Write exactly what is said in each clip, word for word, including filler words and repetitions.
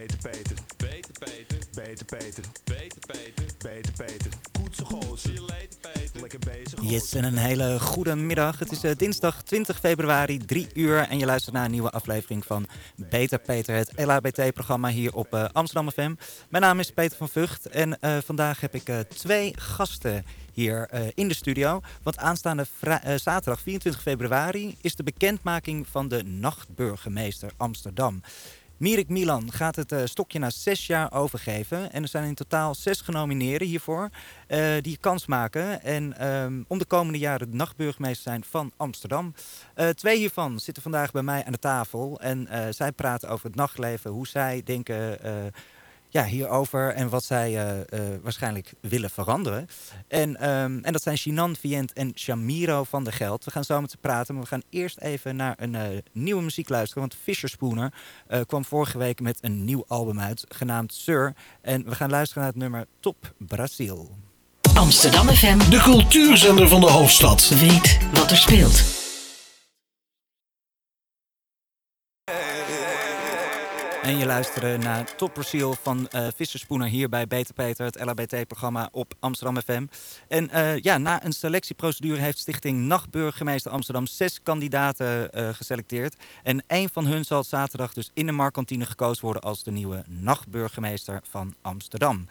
Beter Peter, Beter Peter, Beter Peter, Beter Peter, Beter Peter, Koetse gozer, lekker bezig gozer. Yes, en een hele goede middag. Het is uh, dinsdag twintig februari, drie uur en je luistert naar een nieuwe aflevering van Beter Peter, het L H B T-programma hier op uh, Amsterdam F M. Mijn naam is Peter van Vught en uh, vandaag heb ik uh, twee gasten hier uh, in de studio. Want aanstaande vra- uh, zaterdag vierentwintig februari is de bekendmaking van de nachtburgemeester Amsterdam. Mirik Milan gaat het uh, stokje na zes jaar overgeven. En er zijn in totaal zes genomineerden hiervoor uh, die kans maken. En um, om de komende jaren de nachtburgemeester zijn van Amsterdam. Uh, twee hiervan zitten vandaag bij mij aan de tafel. En uh, zij praten over het nachtleven, hoe zij denken uh, ja, hierover en wat zij uh, uh, waarschijnlijk willen veranderen. En, um, en dat zijn Shinan Vient en Shamiro van der Geld. We gaan zo met ze praten, maar we gaan eerst even naar een uh, nieuwe muziek luisteren. Want Fisher Spooner uh, kwam vorige week met een nieuw album uit, genaamd Sir. En we gaan luisteren naar het nummer Top Brazil. Amsterdam F M, de cultuurzender van de hoofdstad, weet wat er speelt. En je luistert naar Top Brazil van uh, Fisher Spooner hier bij Beter Peter, het L H B T-programma op Amsterdam F M. En uh, ja, na een selectieprocedure heeft Stichting Nachtburgemeester Amsterdam zes kandidaten uh, geselecteerd. En één van hun zal zaterdag dus in de Marktkantine gekozen worden als de nieuwe nachtburgemeester van Amsterdam.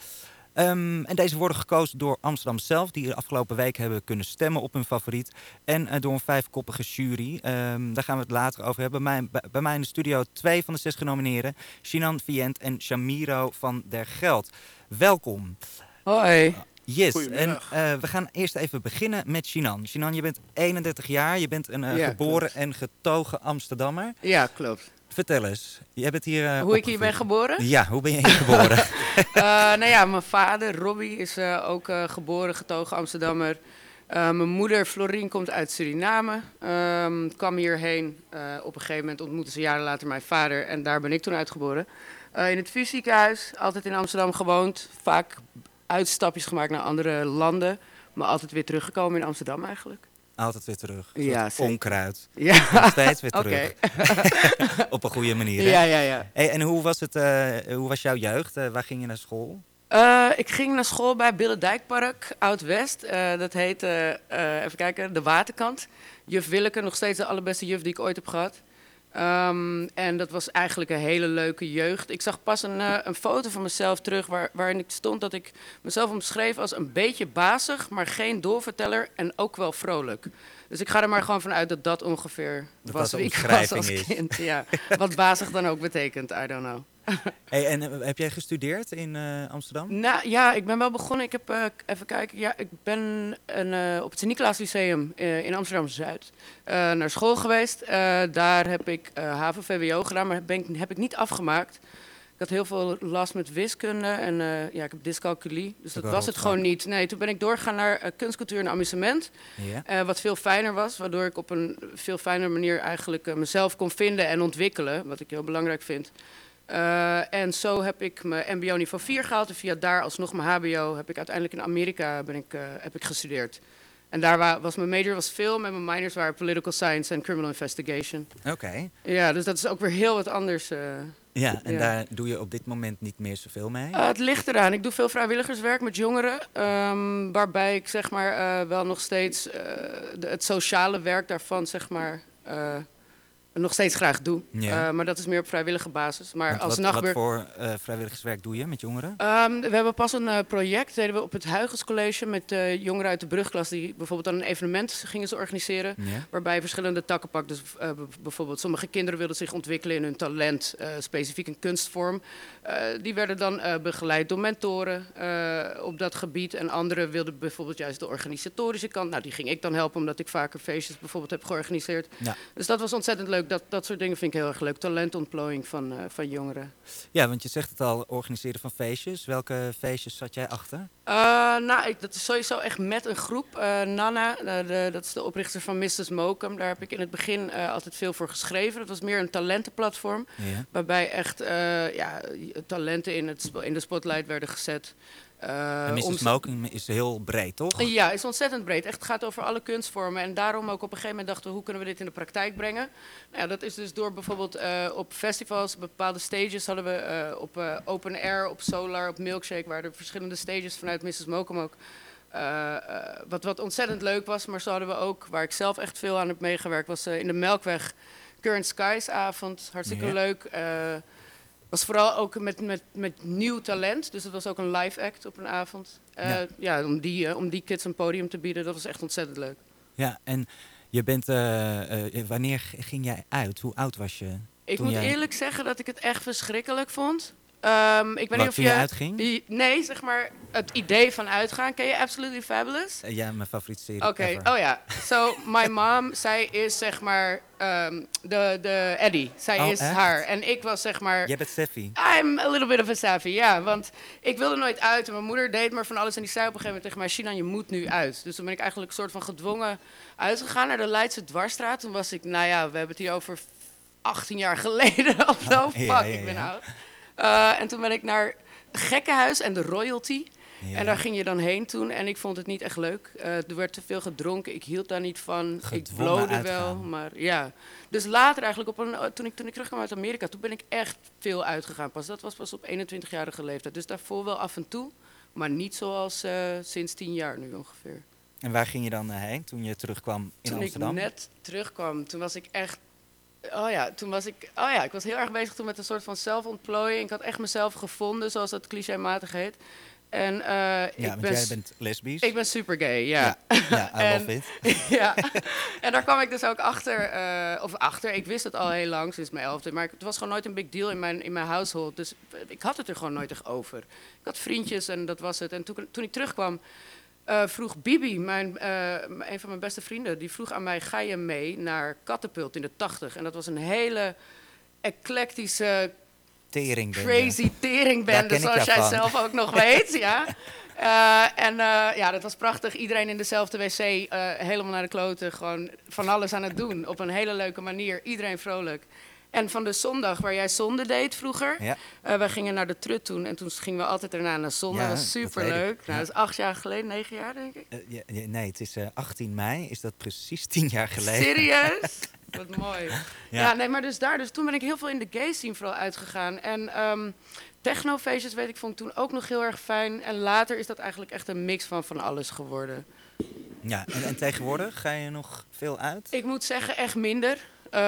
Um, en deze worden gekozen door Amsterdam zelf, die de afgelopen week hebben kunnen stemmen op hun favoriet. En uh, door een vijfkoppige jury. Um, daar gaan we het later over hebben. Bij mij, bij mij in de studio twee van de zes genomineerden. Shinan Vient en Shamiro van der Geld. Welkom. Hoi. Uh, yes, Goedemiddag. en uh, we gaan eerst even beginnen met Shinan. Shinan, je bent eenendertig jaar. Je bent een uh, Ja, geboren klopt. en getogen Amsterdammer. Ja, klopt. Vertel eens. Je bent hier, uh, Hoe ik hier ben geboren? Ja, hoe ben je hier geboren? uh, nou ja, mijn vader, Robbie, is uh, ook uh, geboren, getogen Amsterdammer. Uh, mijn moeder, Florien, komt uit Suriname. Um, kwam hierheen. Uh, op een gegeven moment ontmoette ze jaren later mijn vader. En daar ben ik toen uitgeboren. Uh, in het V U S-ziekenhuis, altijd in Amsterdam gewoond. Vaak uitstapjes gemaakt naar andere landen. Maar altijd weer teruggekomen in Amsterdam eigenlijk. Altijd weer terug. Een Ja, soort zeker. onkruid. Ja. Nog steeds weer terug. Oké. Op een goede manier. Hè? Ja, ja, ja. Hey, en hoe was, het, uh, hoe was jouw jeugd? Uh, waar ging je naar school? Uh, ik ging naar school bij Billendijkpark, Oud-West. Uh, dat heet, uh, uh, even kijken, de Waterkant. Juf Willeke, nog steeds de allerbeste juf die ik ooit heb gehad. Um, en dat was eigenlijk een hele leuke jeugd. Ik zag pas een, uh, een foto van mezelf terug waar, waarin ik stond dat ik mezelf omschreef als een beetje bazig, maar geen doorverteller en ook wel vrolijk. Dus ik ga er maar gewoon vanuit dat dat ongeveer Dat was dat wie de ik was als omschrijving is. kind. Ja. Wat bazig dan ook betekent, I don't know. Hey, en uh, heb jij gestudeerd in uh, Amsterdam? Nou ja, ik ben wel begonnen. Ik heb, uh, even kijken, ja, ik ben een, uh, op het Sint-Nicolaas Lyceum uh, in Amsterdam-Zuid uh, naar school geweest. Uh, daar heb ik uh, H A V O V W O gedaan, maar ben ik, heb ik niet afgemaakt. Ik had heel veel last met wiskunde en uh, ja, ik heb dyscalculie, dus dat wel was het rotvak. gewoon niet. Nee, toen ben ik doorgegaan naar uh, kunst, cultuur en amusement, Ja. uh, wat veel fijner was, waardoor ik op een veel fijnere manier eigenlijk uh, mezelf kon vinden en ontwikkelen, wat ik heel belangrijk vind. Uh, en zo heb ik mijn M B O niveau vier gehaald en via daar alsnog mijn H B O heb ik uiteindelijk in Amerika ben ik, uh, heb ik gestudeerd. En daar wa- was mijn major was film en mijn minors waren political science en criminal investigation. Oké. Okay. Ja, dus dat is ook weer heel wat anders. Uh, Ja, en ja. daar doe je op dit moment niet meer zoveel mee? Uh, het ligt eraan. Ik doe veel vrijwilligerswerk met jongeren. Um, waarbij ik zeg maar uh, wel nog steeds uh, de, het sociale werk daarvan zeg maar uh, nog steeds graag doe. Ja. Uh, maar dat is meer op vrijwillige basis. Maar Want als wat, nachtbur- wat voor uh, vrijwilligerswerk doe je met jongeren? Um, we hebben pas een uh, project, deden we op het Huygens met uh, jongeren uit de brugklas die bijvoorbeeld aan een evenement gingen ze organiseren. Ja. Waarbij verschillende takken pakt. Dus uh, b- bijvoorbeeld sommige kinderen wilden zich ontwikkelen in hun talent, uh, specifiek een kunstvorm. Uh, die werden dan uh, begeleid door mentoren uh, op dat gebied. En anderen wilden bijvoorbeeld juist de organisatorische kant. Nou, die ging ik dan helpen omdat ik vaker feestjes bijvoorbeeld heb georganiseerd. Ja. Dus dat was ontzettend leuk. Dat, dat soort dingen vind ik heel erg leuk. Talentontplooiing van, uh, van jongeren. Ja, want je zegt het al, organiseren van feestjes. Welke feestjes zat jij achter? Uh, nou, ik, dat is sowieso echt met een groep. Uh, Nana, uh, de, dat is de oprichter van missus Mokum. Daar heb ik in het begin uh, altijd veel voor geschreven. Dat was meer een talentenplatform. Ja. Waarbij echt uh, ja, talenten in, het, in de spotlight werden gezet. Uh, en missus om- Smoking is heel breed, toch? Ja, is ontzettend breed. Echt, het gaat over alle kunstvormen. En daarom ook op een gegeven moment dachten we, hoe kunnen we dit in de praktijk brengen? Nou ja, dat is dus door bijvoorbeeld uh, op festivals, bepaalde stages hadden we uh, op uh, Open Air, op Solar, op Milkshake, waar er verschillende stages vanuit missus Mokum ook. Uh, uh, wat, wat ontzettend leuk was, maar zo hadden we ook, waar ik zelf echt veel aan heb meegewerkt, was uh, in de Melkweg Current Skies avond. Hartstikke Ja. leuk. Uh, was vooral ook met, met, met nieuw talent. Dus het was ook een live act op een avond. Uh, Ja. ja, om, die, uh, om die kids een podium te bieden, dat was echt ontzettend leuk. Ja, en je bent... Uh, uh, wanneer g- ging jij uit? Hoe oud was je? Ik toen moet jij... eerlijk zeggen dat ik het echt verschrikkelijk vond. Um, ik weet Wat, niet of toen je... je uitging? Die, nee, zeg maar het idee van uitgaan. Ken je Absolutely Fabulous? Uh, ja, mijn favoriete serie Oké, ever. oh ja. So, my mom, zij is zeg maar um, de, de Eddie. Zij Oh, is echt? haar. En ik was zeg maar... Jij bent Steffi. I'm a little bit of a savvy, ja. Want ik wilde nooit uit en mijn moeder deed maar van alles. En die zei op een gegeven moment tegen mij, Shinan, je moet nu uit. Dus toen ben ik eigenlijk een soort van gedwongen uitgegaan naar de Leidse Dwarsstraat. Toen was ik, nou ja, we hebben het hier over achttien jaar geleden of zo. Oh, Fuck, ja, ja, ik ben ja. oud. Uh, en toen ben ik naar het Gekkenhuis en de Royalty. Ja. En daar ging je dan heen toen. En ik vond het niet echt leuk. Uh, er werd te veel gedronken. Ik hield daar niet van. Ik Gedwongen blode wel. uitgaan. Maar ja. Dus later eigenlijk, op een, toen, ik, toen ik terugkwam uit Amerika, toen ben ik echt veel uitgegaan. Pas, dat was pas op eenentwintigjarige leeftijd. Dus daarvoor wel af en toe. Maar niet zoals uh, sinds tien jaar nu ongeveer. En waar ging je dan uh, heen toen je terugkwam in Toen Amsterdam? ik net terugkwam, toen was ik echt... Oh ja, toen was ik... Oh ja, ik was heel erg bezig toen met een soort van zelfontplooiing. Ik had echt mezelf gevonden, zoals dat clichématig heet. En uh, Ja, ik want ben... jij bent lesbisch. Ik ben super gay, ja. Ja, ja, I En- love it. ja, en daar kwam ik dus ook achter, uh, of achter, ik wist het al heel lang, sinds mijn elfde, maar het was gewoon nooit een big deal in mijn, in mijn household, dus ik had het er gewoon nooit echt over. Ik had vriendjes en dat was het. En toen, toen ik terugkwam, uh, vroeg Bibi, mijn, uh, een van mijn beste vrienden, die vroeg aan mij, ga je mee naar Catapult in de tachtig? En dat was een hele eclectische, Teringbende. crazy Daar teringbende, ken ik zoals jou jij van. zelf ook nog weet. Ja. Uh, en uh, ja, dat was prachtig. Iedereen in dezelfde wc, uh, helemaal naar de kloten. Gewoon van alles aan het doen. Op een hele leuke manier. Iedereen vrolijk. En van de zondag waar jij zonde deed vroeger. Ja. Uh, wij gingen naar de Trut toen. En toen gingen we altijd daarna naar zonde. Ja, dat was dat super weet leuk. ik. Nou, Ja. dat is acht jaar geleden, negen jaar denk ik. Uh, ja, ja, nee, het is uh, achttien mei. Is dat precies tien jaar geleden? Serieus? Wat mooi. Ja. Ja. nee, maar dus daar. Dus toen ben ik heel veel in de gay scene vooral uitgegaan. En um, technofeestjes, weet ik, vond ik toen ook nog heel erg fijn. En later is dat eigenlijk echt een mix van van alles geworden. Ja, en, en tegenwoordig ga je nog veel uit? Ik moet zeggen, echt minder. Uh,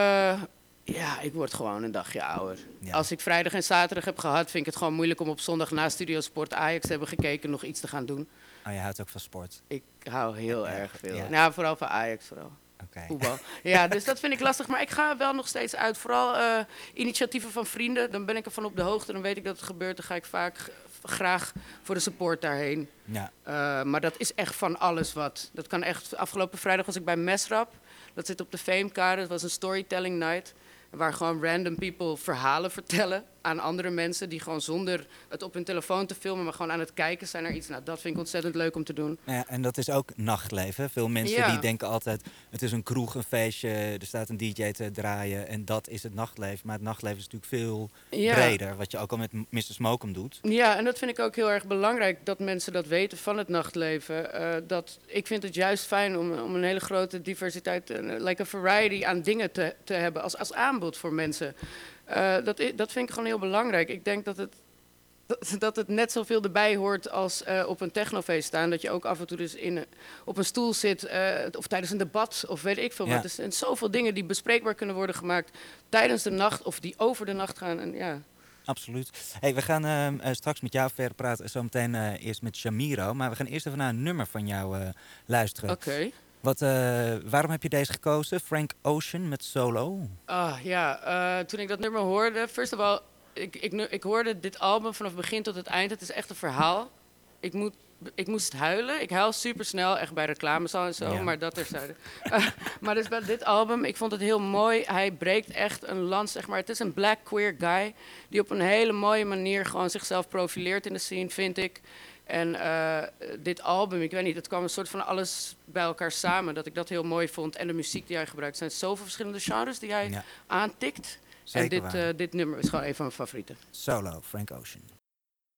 ja, ik word gewoon een dagje ouder. Ja. Als ik vrijdag en zaterdag heb gehad, vind ik het gewoon moeilijk om op zondag na Studio Sport Ajax te hebben gekeken nog iets te gaan doen. Oh, je houdt ook van sport. Ik hou heel Ja, erg veel. ja. Nou, vooral van Ajax vooral. Oké. Voetbal. Ja, dus dat vind ik lastig. Maar ik ga wel nog steeds uit. Vooral uh, initiatieven van vrienden. Dan ben ik ervan op de hoogte. Dan weet ik dat het gebeurt. Dan ga ik vaak g- graag voor de support daarheen. Ja. Uh, maar dat is echt van alles wat. Dat kan echt... Afgelopen vrijdag was ik bij Mesrap. Dat zit op de Famekade. Dat was een storytelling night. Waar gewoon random people verhalen vertellen aan andere mensen. Die gewoon zonder het op hun telefoon te filmen, maar gewoon aan het kijken zijn naar iets. Nou, dat vind ik ontzettend leuk om te doen. Ja, en dat is ook nachtleven. Veel mensen Ja. die denken altijd, het is een kroeg, een feestje, er staat een D J te draaien en dat is het nachtleven. Maar het nachtleven is natuurlijk veel Ja. breder, wat je ook al met missus Mokum doet. Ja, en dat vind ik ook heel erg belangrijk, dat mensen dat weten van het nachtleven. Uh, dat, ik vind het juist fijn om, om een hele grote diversiteit, uh, like a variety aan dingen te, te hebben als, als aanbod voor mensen. Uh, dat, i- dat vind ik gewoon heel belangrijk. Ik denk dat het, dat, dat het net zoveel erbij hoort als uh, op een technofeest staan. Dat je ook af en toe dus in, een- op een stoel zit, uh, of tijdens een debat, of weet ik veel Ja. wat. Er zijn zoveel dingen die bespreekbaar kunnen worden gemaakt tijdens de nacht, of die over de nacht gaan. En, ja. Absoluut. Hey, we gaan uh, uh, straks met jou verder praten, zometeen uh, eerst met Shamiro. Maar we gaan eerst even naar een nummer van jou uh, luisteren. Oké. Okay. Wat, uh, waarom heb je deze gekozen? Frank Ocean met Solo. Ah ja, uh, toen ik dat nummer hoorde, first of all, ik, ik, ik hoorde dit album vanaf begin tot het eind. Het is echt een verhaal. Ik, moet, ik moest huilen. Ik huil super snel, echt bij reclames al en zo, Ja. maar dat terzijde. Uh, maar dus bij dit album, ik vond het heel mooi. Hij breekt echt een lans, zeg maar. Het is een black queer guy die op een hele mooie manier gewoon zichzelf profileert in de scene, vind ik. En uh, dit album, ik weet niet, het kwam een soort van alles bij elkaar samen. Dat ik dat heel mooi vond. En de muziek die hij gebruikt. Er zijn zoveel verschillende genres die hij Ja. aantikt. Zeker en dit, waar. uh, dit nummer is gewoon een van mijn favorieten. Solo, Frank Ocean.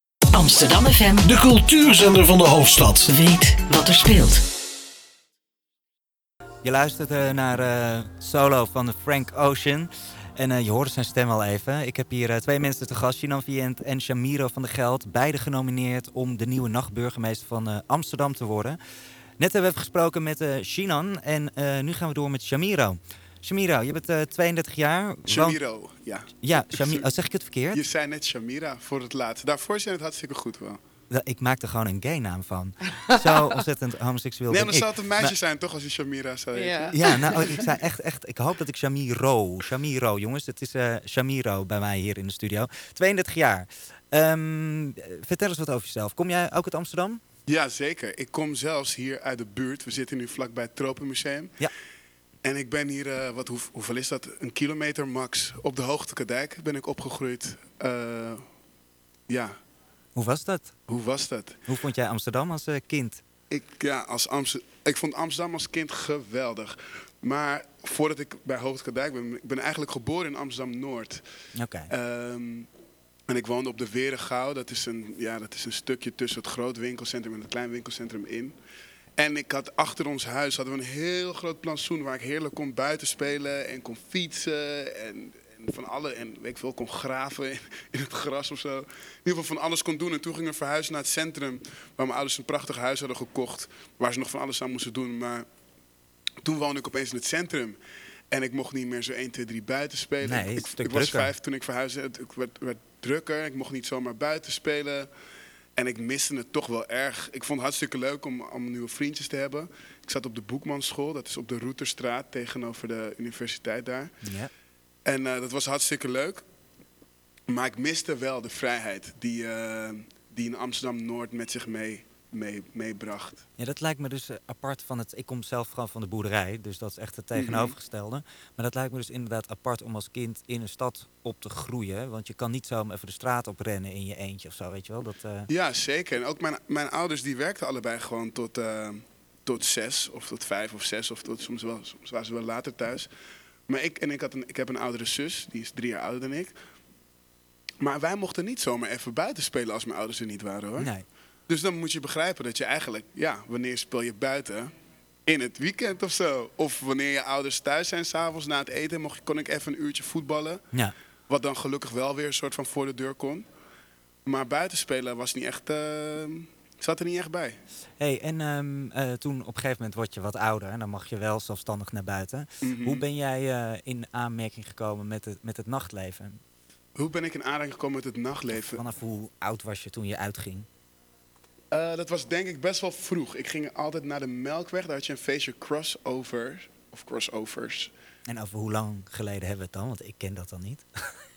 Amsterdam F M. De cultuurzender van de hoofdstad. Weet wat er speelt. Je luistert uh, naar uh, Solo van Frank Ocean. En uh, je hoorde zijn stem al even. Ik heb hier uh, twee mensen te gast, Shinan Vient en Shamiro van der Geld. Beide genomineerd om de nieuwe nachtburgemeester van uh, Amsterdam te worden. Net hebben we even gesproken met uh, Shinan en uh, nu gaan we door met Shamiro. Shamiro, je bent uh, tweeëndertig jaar. Shamiro, woont... ja. Ja, Shamiro. Oh, zeg ik het verkeerd? Je zei net Shamira voor het laatst. Daarvoor zei het hartstikke goed wel. Ik maak er gewoon een gay naam van. Zo ontzettend homoseksueel nee, ben dan ik. zou het een meisje maar... zijn, toch, als je Shamira zou heten? Ja. Ja, nou, ik zei echt, echt, ik hoop dat ik Shamiro, Shamiro, jongens. Het is uh, Shamiro bij mij hier in de studio. tweeëndertig jaar. Um, vertel eens wat over jezelf. Kom jij ook uit Amsterdam? Ja, zeker. Ik kom zelfs hier uit de buurt. We zitten nu vlakbij het Tropenmuseum. Ja. En ik ben hier, uh, wat, hoe, hoeveel is dat? Een kilometer max. Op de Hoogtekadijk ben ik opgegroeid. Uh, ja. Hoe was dat? Hoe was dat? Hoe vond jij Amsterdam als uh, kind? Ik, ja, als Amster- ik vond Amsterdam als kind geweldig. Maar voordat ik bij Hoogtekadijk ben, ik ben eigenlijk geboren in Amsterdam-Noord. Oké. Okay. Um, en ik woonde op de Weregouw. Dat is een, ja, dat is een stukje tussen het groot winkelcentrum en het klein winkelcentrum in. En ik had achter ons huis hadden we een heel groot plantsoen waar ik heerlijk kon buiten spelen en kon fietsen en, en van alle en weet ik veel kon graven in, in het gras of zo. In ieder geval van alles kon doen. En toen gingen we verhuizen naar het centrum waar mijn ouders een prachtig huis hadden gekocht waar ze nog van alles aan moesten doen. Maar toen woonde ik opeens in het centrum. En ik mocht niet meer zo één, twee, drie buiten spelen. Nee, ik ik ik was vijf toen ik verhuisde. Het werd, werd drukker. Ik mocht niet zomaar buiten spelen. En ik miste het toch wel erg. Ik vond het hartstikke leuk om, om nieuwe vriendjes te hebben. Ik zat op de Boekmanschool. Dat is op de Routerstraat tegenover de universiteit daar. Ja. En uh, dat was hartstikke leuk. Maar ik miste wel de vrijheid die, uh, die in Amsterdam-Noord met zich mee, mee, meebracht. Ja, dat lijkt me dus uh, apart van het... Ik kom zelf gewoon van de boerderij, dus dat is echt het tegenovergestelde. Mm-hmm. Maar dat lijkt me dus inderdaad apart om als kind in een stad op te groeien. Want je kan niet zomaar even de straat op rennen in je eentje of zo, weet je wel? Dat, uh... Ja, zeker. En ook mijn, mijn ouders die werkten allebei gewoon tot, uh, tot zes of tot vijf of zes. Of tot, soms, wel, soms waren ze wel later thuis. Maar ik, en ik, had een, ik heb een oudere zus, die is drie jaar ouder dan ik. Maar wij mochten niet zomaar even buiten spelen als mijn ouders er niet waren, hoor. Nee. Dus dan moet je begrijpen dat je eigenlijk, ja, wanneer speel je buiten? In het weekend of zo. Of wanneer je ouders thuis zijn, 's avonds na het eten, mocht, kon ik even een uurtje voetballen. Ja. Wat dan gelukkig wel weer een soort van voor de deur kon. Maar buiten spelen was niet echt, uh, zat er niet echt bij. Hey, en um, uh, toen op een gegeven moment word je wat ouder en dan mag je wel zelfstandig naar buiten. Mm-hmm. Hoe ben jij uh, in aanmerking gekomen met het, met het nachtleven? Hoe ben ik in aanraking gekomen met het nachtleven? Vanaf hoe oud was je toen je uitging? Uh, dat was denk ik best wel vroeg. Ik ging altijd naar de Melkweg. Daar had je een feestje crossover. Of crossovers. En over hoe lang geleden hebben we het dan? Want ik ken dat dan niet.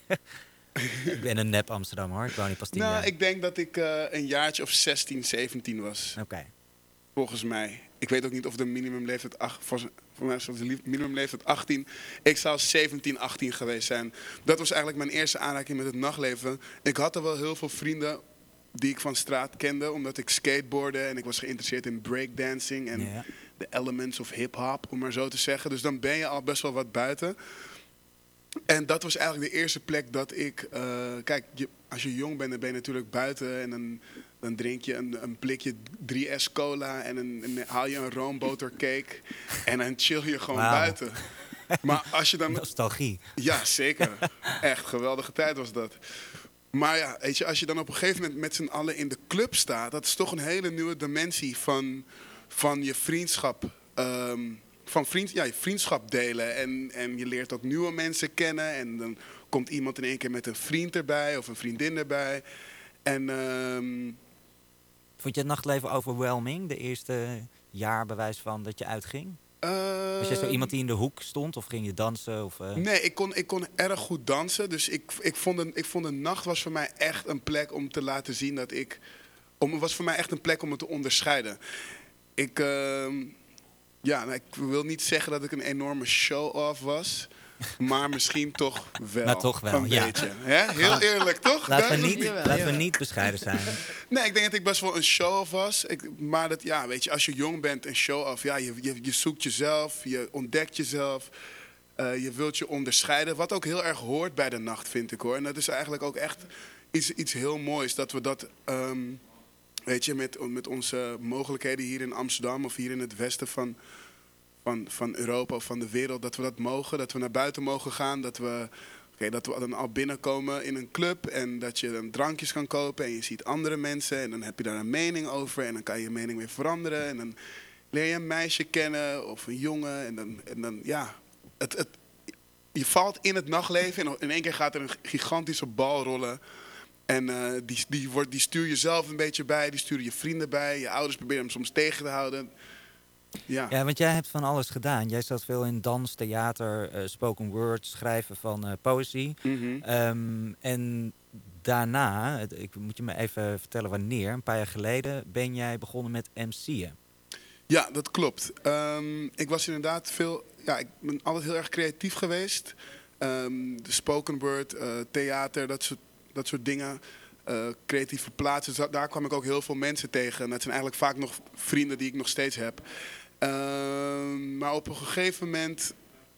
Ik ben een nep Amsterdam hoor. Ik woon niet pas tien nou, jaar. ik denk dat ik uh, een jaartje of zestien, zeventien was. Oké. Okay. Volgens mij. Ik weet ook niet of de minimumleeftijd... Ach, voor, voor mij was de minimumleeftijd achttien. Ik zou zeventien, achttien geweest zijn. Dat was eigenlijk mijn eerste aanraking met het nachtleven. Ik had er wel heel veel vrienden die ik van straat kende, omdat ik skateboardde en ik was geïnteresseerd in breakdancing en Ja. de elements of hip-hop, om maar zo te zeggen. Dus dan ben je al best wel wat buiten. En dat was eigenlijk de eerste plek dat ik... Uh, kijk, je, als je jong bent, dan ben je natuurlijk buiten en dan, dan drink je een, een blikje drie S cola en dan haal je een roombotercake en dan chill je gewoon Wauw. buiten. Maar als je dan... Nostalgie. Ja, zeker. Echt, geweldige tijd was dat. Maar ja, weet je, als je dan op een gegeven moment met z'n allen in de club staat, dat is toch een hele nieuwe dimensie van, van je vriendschap. Um, van vriend, ja, je vriendschap delen. En, en je leert ook nieuwe mensen kennen. En dan komt iemand in één keer met een vriend erbij of een vriendin erbij. En, um... Vond je het nachtleven overwhelming? De eerste jaar bewijs van dat je uitging? Uh, Was jij zo iemand die in de hoek stond of ging je dansen? Of, uh... Nee, ik kon, ik kon erg goed dansen. Dus ik, ik, vond een, ik vond een nacht was voor mij echt een plek om te laten zien dat ik... Om, was voor mij echt een plek om het te onderscheiden. Ik, uh, ja, nou, ik wil niet zeggen dat ik een enorme show-off was. Maar misschien toch wel. Maar toch wel, een ja. beetje. Hè? Heel eerlijk, toch? Laten, we Dat is niet, niet... laten we niet bescheiden zijn. Nee, ik denk dat ik best wel een show-off was. Ik, maar dat, ja, weet je, als je jong bent, een show-off, ja, je, je, je zoekt jezelf, je ontdekt jezelf. Uh, je wilt je onderscheiden. Wat ook heel erg hoort bij de nacht, vind ik hoor. En dat is eigenlijk ook echt... iets, iets heel moois dat we dat, um, weet je, met, met onze mogelijkheden hier in Amsterdam of hier in het westen van, van, van Europa of van de wereld, dat we dat mogen, dat we naar buiten mogen gaan, dat we, okay, dat we dan al binnenkomen in een club en dat je dan drankjes kan kopen en je ziet andere mensen en dan heb je daar een mening over en dan kan je je mening weer veranderen en dan leer je een meisje kennen of een jongen en dan, en dan ja, het, het, je valt in het nachtleven en in één keer gaat er een gigantische bal rollen. En uh, die, die, wordt, die stuur je zelf een beetje bij, die stuur je vrienden bij. Je ouders proberen hem soms tegen te houden. Ja. Ja, want jij hebt van alles gedaan. Jij zat veel in dans, theater, uh, spoken word, schrijven van uh, poëzie. Mm-hmm. Um, en daarna, ik moet je me even vertellen wanneer, een paar jaar geleden ben jij begonnen met M C'en. Ja, dat klopt. Um, ik was inderdaad veel, ja, ik ben altijd heel erg creatief geweest. Um, de spoken word, uh, theater, dat soort, dat soort dingen. Uh, creatieve plaatsen, daar kwam ik ook heel veel mensen tegen. En dat zijn eigenlijk vaak nog vrienden die ik nog steeds heb. Uh, maar op een gegeven moment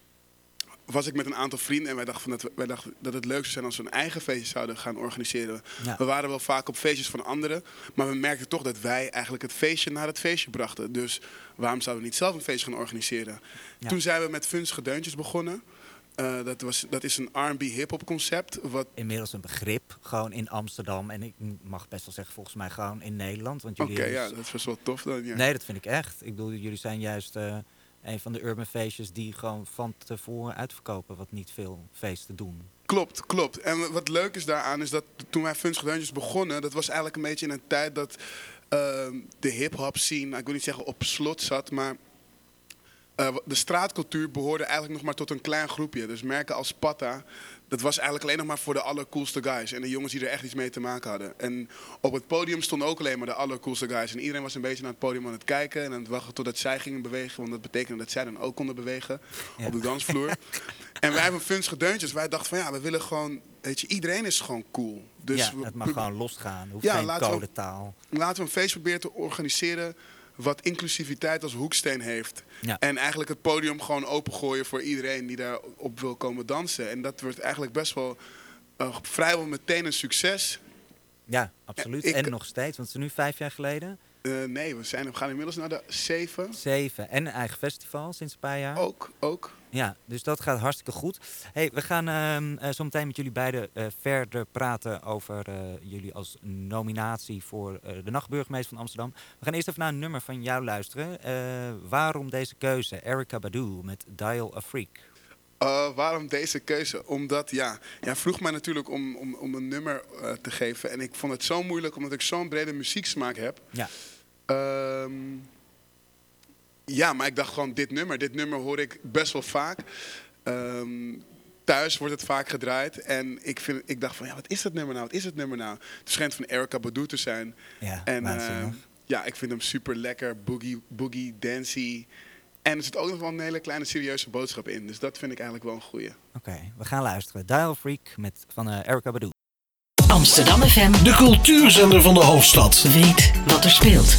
was ik met een aantal vrienden en wij dachten, van dat, we, wij dachten dat het leuk zou zijn als we een eigen feestje zouden gaan organiseren. Ja. We waren wel vaak op feestjes van anderen, maar we merkten toch dat wij eigenlijk het feestje naar het feestje brachten. Dus waarom zouden we niet zelf een feestje gaan organiseren? Ja. Toen zijn we met Vunzige Deuntjes begonnen. Uh, dat, was, dat is een R en B hip-hop concept. Wat inmiddels een begrip, gewoon in Amsterdam. En ik mag best wel zeggen, volgens mij gewoon in Nederland. Oké, okay, ja, dat is wel tof dan. Ja. Nee, dat vind ik echt. Ik bedoel, jullie zijn juist uh, een van de urban feestjes die gewoon van tevoren uitverkopen, wat niet veel feesten doen. Klopt, klopt. En wat leuk is daaraan is dat toen wij Vunzige Deuntjes begonnen, dat was eigenlijk een beetje in een tijd dat uh, de hip-hop scene, ik wil niet zeggen op slot zat, maar Uh, de straatcultuur behoorde eigenlijk nog maar tot een klein groepje. Dus merken als Patta, dat was eigenlijk alleen nog maar voor de allercoolste guys. En de jongens die er echt iets mee te maken hadden. En op het podium stonden ook alleen maar de allercoolste guys. En iedereen was een beetje naar het podium aan het kijken en aan het wachten totdat zij gingen bewegen. Want dat betekende dat zij dan ook konden bewegen ja. op de dansvloer. En wij hebben Vunzige Deuntjes. Wij dachten van ja, we willen gewoon, weet je, iedereen is gewoon cool. Dus ja, we, het mag we, gewoon losgaan. Hoeft ja, geen laten codetaal. We, laten we een feest proberen te organiseren wat inclusiviteit als hoeksteen heeft. Ja. En eigenlijk het podium gewoon opengooien voor iedereen die daarop wil komen dansen. En dat wordt eigenlijk best wel uh, vrijwel meteen een succes. Ja, absoluut. Ik, en nog steeds, want het is nu vijf jaar geleden. Uh, nee, we, zijn, we gaan inmiddels naar de zeven. Zeven. En een eigen festival sinds een paar jaar. Ook, ook. Ja, dus dat gaat hartstikke goed. Hey, we gaan uh, uh, zo meteen met jullie beiden uh, verder praten over uh, jullie als nominatie voor uh, de nachtburgemeester van Amsterdam. We gaan eerst even naar een nummer van jou luisteren. Uh, waarom deze keuze? Erykah Badu met Dial a Freak. Uh, waarom deze keuze? Omdat, ja, jij vroeg mij natuurlijk om, om, om een nummer uh, te geven. En ik vond het zo moeilijk, omdat ik zo'n brede muzieksmaak heb. Ja. Um, ja, maar ik dacht gewoon, dit nummer, dit nummer hoor ik best wel vaak. Um, thuis wordt het vaak gedraaid. En ik, vind, ik dacht van, ja, wat is dat nummer nou? Wat is het nummer nou? Het schijnt van Erykah Badu te zijn. Ja, en uh, ja, ik vind hem super lekker, boogie, boogie, dancey. En er zit ook nog wel een hele kleine serieuze boodschap in. Dus dat vind ik eigenlijk wel een goeie. Oké, okay, we gaan luisteren. Dial Freak met, van uh, Erykah Badu. Amsterdam F M. De cultuurzender van de hoofdstad. Weet wat er speelt.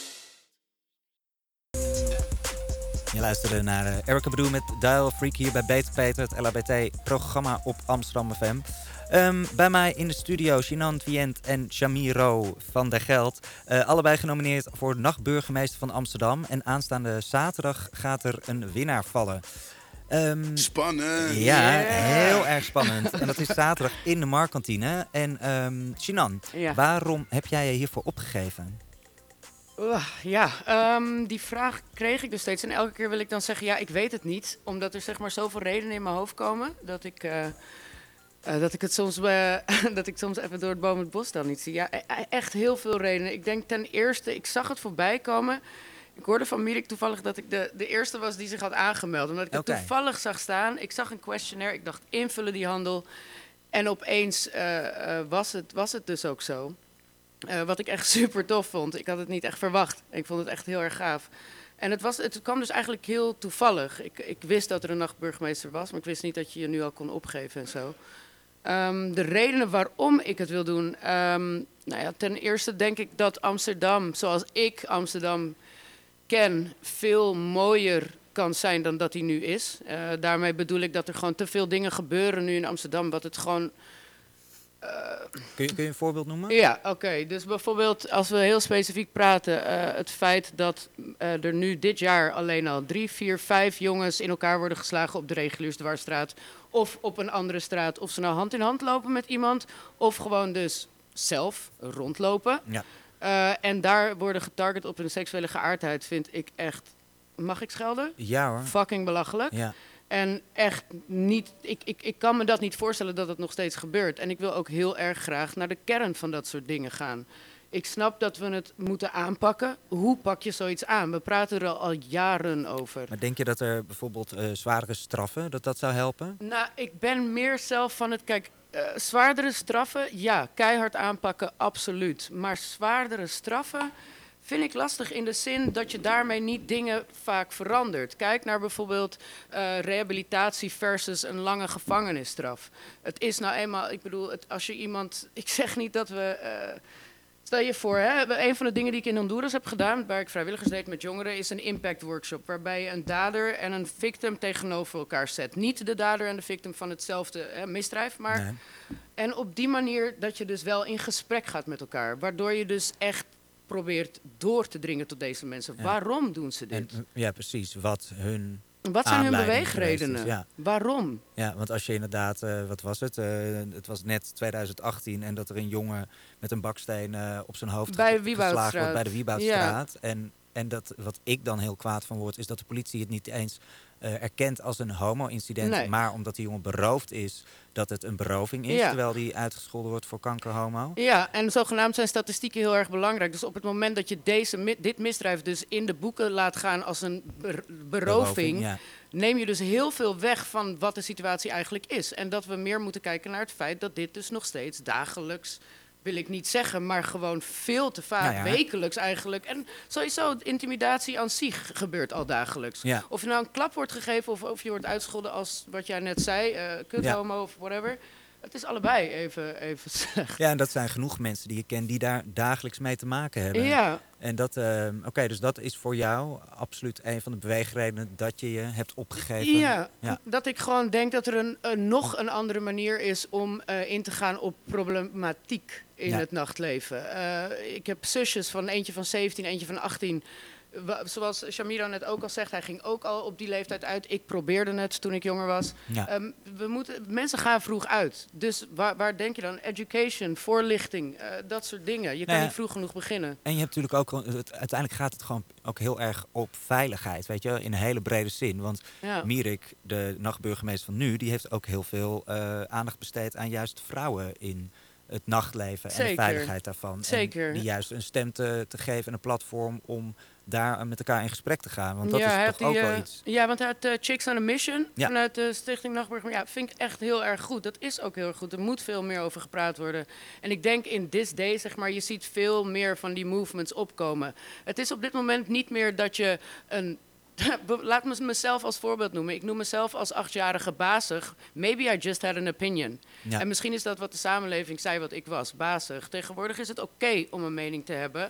Je luisterde naar uh, Erykah Badu met Dial Freak hier bij Beter Peter, het L H B T-programma op Amsterdam F M. Um, bij mij in de studio Shinan Twient en Shamiro van der Geld. Uh, allebei genomineerd voor nachtburgemeester van Amsterdam. En aanstaande zaterdag gaat er een winnaar vallen. Um, spannend. Ja, yeah. heel erg spannend. En dat is zaterdag in de Marktkantine. En um, Shinan, ja. waarom heb jij je hiervoor opgegeven? Uh, ja, um, die vraag kreeg ik dus steeds. En elke keer wil ik dan zeggen, ja, ik weet het niet. Omdat er zeg maar zoveel redenen in mijn hoofd komen. Dat ik, uh, uh, dat ik het soms, uh, dat ik soms even door het boom het bos dan niet zie. Ja, echt heel veel redenen. Ik denk ten eerste, ik zag het voorbij komen. Ik hoorde van Mirik toevallig dat ik de, de eerste was die zich had aangemeld. Omdat ik okay. het toevallig zag staan. Ik zag een questionnaire. Ik dacht, invullen die handel. En opeens uh, uh, was, het, was het dus ook zo. Uh, wat ik echt super tof vond. Ik had het niet echt verwacht. Ik vond het echt heel erg gaaf. En het, was, het kwam dus eigenlijk heel toevallig. Ik, ik wist dat er een nachtburgemeester was, maar ik wist niet dat je je nu al kon opgeven en zo. Um, de redenen waarom ik het wil doen. Um, nou ja, ten eerste denk ik dat Amsterdam, zoals ik Amsterdam ken, veel mooier kan zijn dan dat hij nu is. Uh, daarmee bedoel ik dat er gewoon te veel dingen gebeuren nu in Amsterdam, wat het gewoon Kun je, kun je een voorbeeld noemen? Ja, oké. Okay. Dus bijvoorbeeld als we heel specifiek praten, uh, het feit dat uh, er nu dit jaar alleen al drie, vier, vijf jongens in elkaar worden geslagen op de Reguliersdwarsstraat of op een andere straat, of ze nou hand in hand lopen met iemand of gewoon dus zelf rondlopen. Ja. Uh, en daar worden getarget op hun seksuele geaardheid, vind ik echt, mag ik schelden? Ja hoor. Fucking belachelijk. Ja. En echt niet, ik, ik, ik kan me dat niet voorstellen dat het nog steeds gebeurt. En ik wil ook heel erg graag naar de kern van dat soort dingen gaan. Ik snap dat we het moeten aanpakken. Hoe pak je zoiets aan? We praten er al jaren over. Maar denk je dat er bijvoorbeeld uh, zwaardere straffen, dat dat zou helpen? Nou, ik ben meer zelf van het, kijk, uh, zwaardere straffen, ja, keihard aanpakken, absoluut. Maar zwaardere straffen vind ik lastig in de zin dat je daarmee niet dingen vaak verandert. Kijk naar bijvoorbeeld uh, rehabilitatie versus een lange gevangenisstraf. Het is nou eenmaal, ik bedoel, het, als je iemand, ik zeg niet dat we, uh, stel je voor, hè, een van de dingen die ik in Honduras heb gedaan, waar ik vrijwilligers deed met jongeren, is een impact workshop, waarbij je een dader en een victim tegenover elkaar zet. Niet de dader en de victim van hetzelfde hè, misdrijf, maar Nee. En op die manier dat je dus wel in gesprek gaat met elkaar, waardoor je dus echt probeert door te dringen tot deze mensen. Ja. Waarom doen ze dit? En, ja, precies. Wat hun Wat zijn hun aanleiding beweegredenen? geweest is, ja. Waarom? Ja, want als je inderdaad, uh, wat was het? Uh, het was net twintig achttien en dat er een jongen met een baksteen uh, op zijn hoofd Bij ge- de geslagen wordt Wieboudstraat. bij de Wieboudstraat. En, en dat, wat ik dan heel kwaad van word, is dat de politie het niet eens uh, erkent als een homo-incident. Nee. Maar omdat die jongen beroofd is, dat het een beroving is. Ja. Terwijl die uitgescholden wordt voor kankerhomo. Ja, en zogenaamd zijn statistieken heel erg belangrijk. Dus op het moment dat je deze, mi- dit misdrijf dus in de boeken laat gaan als een ber- beroving, ja. neem je dus heel veel weg van wat de situatie eigenlijk is. En dat we meer moeten kijken naar het feit dat dit dus nog steeds dagelijks, wil ik niet zeggen, maar gewoon veel te vaak, Nou ja. wekelijks eigenlijk. En sowieso, intimidatie aan zich gebeurt al dagelijks. Ja. Of je nou een klap wordt gegeven of, of je wordt uitgescholden als wat jij net zei, uh, kuthomo Ja. of whatever. Het is allebei even, even slecht. Ja, en dat zijn genoeg mensen die je kent die daar dagelijks mee te maken hebben. Ja. En dat, uh, oké, okay, dus dat is voor jou absoluut een van de beweegredenen dat je je hebt opgegeven. Ja, Ja. dat ik gewoon denk dat er een, een nog een andere manier is om uh, in te gaan op problematiek in Ja. het nachtleven. Uh, ik heb zusjes van eentje van zeventien, eentje van achttien. Wa- Zoals Shamira net ook al zegt, hij ging ook al op die leeftijd uit. Ik probeerde het toen ik jonger was. Ja. Um, we moeten, mensen gaan vroeg uit. Dus waar, waar denk je dan? Education, voorlichting, uh, dat soort dingen. Je kan Nou ja. niet vroeg genoeg beginnen. En je hebt natuurlijk ook, gewoon- het, uiteindelijk gaat het gewoon ook heel erg op veiligheid, weet je, in een hele brede zin. Want Ja. Mierik, de nachtburgemeester van nu, die heeft ook heel veel uh, aandacht besteed aan juist vrouwen in het nachtleven en de Zeker. veiligheid daarvan. Zeker. En die juist een stem te, te geven en een platform om daar uh, met elkaar in gesprek te gaan. Want dat ja, hij is had toch ook die, wel eh, iets. Ja, want hij had uh, Chicks on a Mission Ja. vanuit de Stichting Nachtburger. Ja, vind ik echt heel erg goed. Dat is ook heel erg goed. Er moet veel meer over gepraat worden. En ik denk in this day, zeg maar, je ziet veel meer van die movements opkomen. Het is op dit moment niet meer dat je een... Laat me mezelf als voorbeeld noemen. Ik noem mezelf als achtjarige bazig. Maybe I just had an opinion. Ja. En misschien is dat wat de samenleving zei wat ik was, bazig. Tegenwoordig is het oké om een mening te hebben.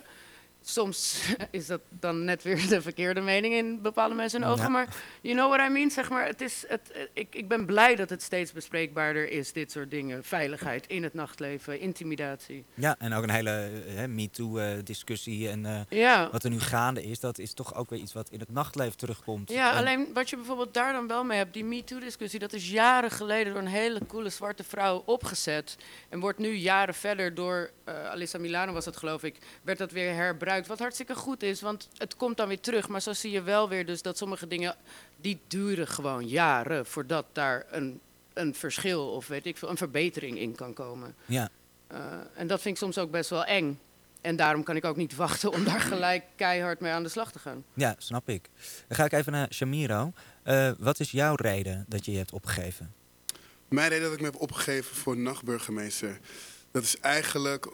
Soms is dat dan net weer de verkeerde mening in bepaalde mensen hun ogen. Ja. Maar you know what I mean? Zeg maar, het is, het, eh, ik, ik ben blij dat het steeds bespreekbaarder is, dit soort dingen. Veiligheid in het nachtleven, intimidatie. Ja, en ook een hele uh, MeToo-discussie en uh, Ja. wat er nu gaande is, dat is toch ook weer iets wat in het nachtleven terugkomt. Ja, En- alleen wat je bijvoorbeeld daar dan wel mee hebt, die MeToo-discussie, dat is jaren geleden door een hele coole zwarte vrouw opgezet. En wordt nu jaren verder door, uh, Alyssa Milano was dat geloof ik, werd dat weer herbruikt. Wat hartstikke goed is, want het komt dan weer terug. Maar zo zie je wel weer dus dat sommige dingen, die duren gewoon jaren voordat daar een, een verschil of weet ik veel, een verbetering in kan komen. Ja. Uh, en dat vind ik soms ook best wel eng. En daarom kan ik ook niet wachten om daar gelijk keihard mee aan de slag te gaan. Ja, snap ik. Dan ga ik even naar Shamiro. Uh, wat is jouw reden dat je je hebt opgegeven? Mijn reden dat ik me heb opgegeven voor nachtburgemeester, dat is eigenlijk...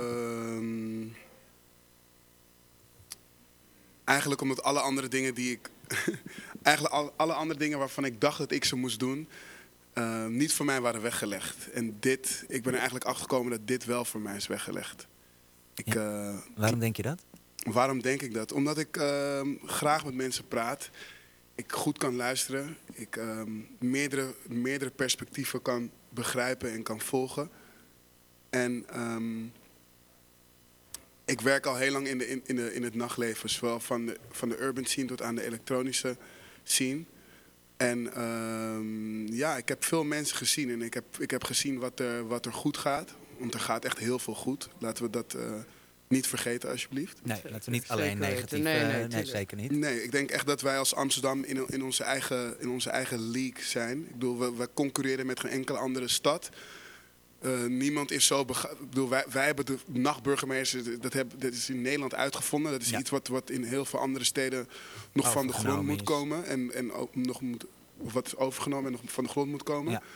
Uh, eigenlijk omdat alle andere dingen die ik... eigenlijk al, alle andere dingen waarvan ik dacht dat ik ze moest doen, uh, niet voor mij waren weggelegd. En dit, ik ben er eigenlijk achter gekomen dat dit wel voor mij is weggelegd. Ik, uh, Waarom denk je dat? Waarom denk ik dat? Omdat ik uh, graag met mensen praat. Ik goed kan luisteren. Ik uh, meerdere, meerdere perspectieven kan begrijpen en kan volgen. En um, ik werk al heel lang in, de, in, in, de, in het nachtleven. Zowel van de, van de urban scene tot aan de elektronische scene. En um, ja, ik heb veel mensen gezien. En ik heb, ik heb gezien wat er, wat er goed gaat. Want er gaat echt heel veel goed. Laten we dat uh, niet vergeten, alsjeblieft. Nee, laten we niet alleen Zeker weten. negatief... Nee, nee, uh, nee, tuurlijk. zeker niet. Nee, ik denk echt dat wij als Amsterdam in, in, onze, eigen, in onze eigen league zijn. Ik bedoel, we, we concurreren met geen enkele andere stad. Uh, niemand is zo bega- ik bedoel, wij, wij hebben de nachtburgemeester, dat, heb, dat is in Nederland uitgevonden. Dat is Ja. iets wat, wat in heel veel andere steden nog van de grond Overgenomen moet is. komen. En, en ook nog moet, of wat is overgenomen en nog van de grond moet komen. Ja.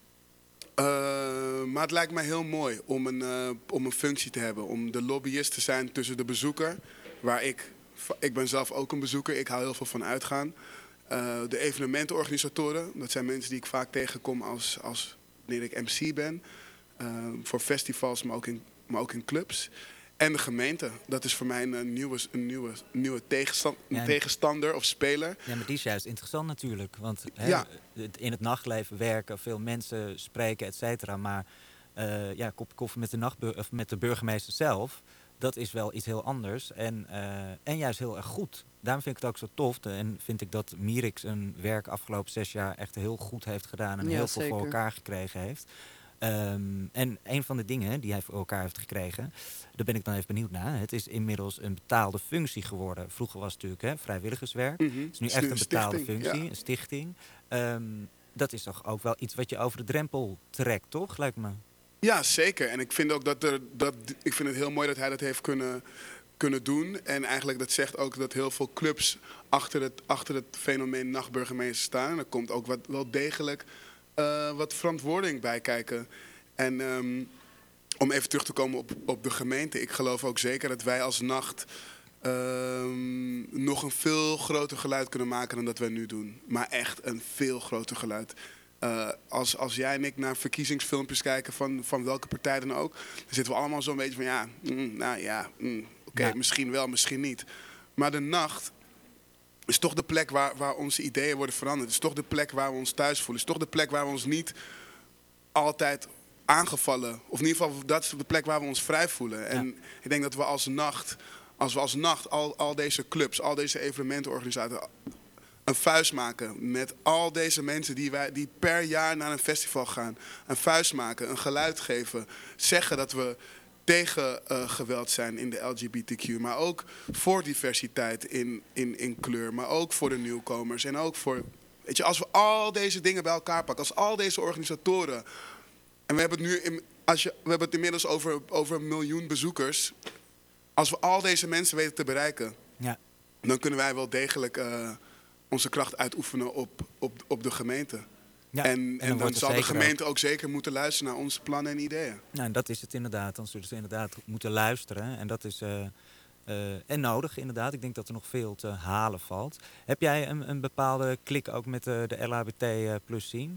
Uh, maar het lijkt mij heel mooi om een, uh, om een functie te hebben. Om de lobbyist te zijn tussen de bezoeker. Waar ik, ik ben zelf ook een bezoeker, ik hou heel veel van uitgaan. Uh, de evenementenorganisatoren, dat zijn mensen die ik vaak tegenkom als, als wanneer ik M C ben. Uh, voor festivals, maar ook, in, maar ook in clubs. En de gemeente, dat is voor mij een, een nieuwe, een nieuwe, nieuwe tegenstand, een Ja, en- tegenstander of speler. Ja, maar die is juist interessant natuurlijk. Want hè, Ja. het- in het nachtleven werken, veel mensen spreken, et cetera. Maar uh, ja, kop koffie met de, nachtbur- of met de burgemeester zelf, dat is wel iets heel anders. En, uh, en juist heel erg goed. Daarom vind ik het ook zo tof. En vind ik dat Mirix een werk afgelopen zes jaar echt heel goed heeft gedaan. En Ja, heel veel voor zeker. elkaar gekregen heeft. Um, en een van de dingen die hij voor elkaar heeft gekregen, daar ben ik dan even benieuwd naar. Het is inmiddels een betaalde functie geworden. Vroeger was het natuurlijk hè, vrijwilligerswerk. Mm-hmm. Het is nu echt een betaalde stichting, functie, ja. een stichting. Um, dat is toch ook wel iets wat je over de drempel trekt, toch? Lijkt me. Ja, zeker. En ik vind ook dat er dat ik vind het heel mooi dat hij dat heeft kunnen, kunnen doen. En eigenlijk dat zegt ook dat heel veel clubs achter het, achter het fenomeen nachtburgemeester staan. En er komt ook wat, wel degelijk uh, wat verantwoording bij kijken. En um, om even terug te komen op, op de gemeente. Ik geloof ook zeker dat wij als nacht um, nog een veel groter geluid kunnen maken dan dat wij nu doen. Maar echt een veel groter geluid. Uh, als, als jij en ik naar verkiezingsfilmpjes kijken van, van welke partij dan ook, dan zitten we allemaal zo'n beetje van ja, mm, nou ja, mm, oké, okay, Ja. misschien wel, misschien niet. Maar de nacht is toch de plek waar, waar onze ideeën worden veranderd. Het is toch de plek waar we ons thuis voelen. Het is toch de plek waar we ons niet altijd aangevallen. Of in ieder geval, dat is de plek waar we ons vrij voelen. En Ja. ik denk dat we als nacht, als we als nacht al, al deze clubs, al deze evenementenorganisatoren een vuist maken met al deze mensen die, wij, die per jaar naar een festival gaan. Een vuist maken, een geluid geven. Zeggen dat we tegen uh, geweld zijn in de L G B T Q. Maar ook voor diversiteit in, in, in kleur. Maar ook voor de nieuwkomers. En ook voor... Weet je, als we al deze dingen bij elkaar pakken. Als al deze organisatoren... En we hebben het nu in, als je, we hebben het inmiddels over, over een miljoen bezoekers. Als we al deze mensen weten te bereiken... Ja. Dan kunnen wij wel degelijk... Uh, onze kracht uitoefenen op, op, op de gemeente. Ja, en, en, dan dan, wordt het zal de zeker gemeente ook. ook zeker moeten luisteren naar onze plannen en ideeën. Nou, en dat is het inderdaad. Dan zullen ze inderdaad moeten luisteren. En dat is uh, uh, en nodig, inderdaad. Ik denk dat er nog veel te halen valt. Heb jij een, een bepaalde klik ook met uh, de L H B T plus scene?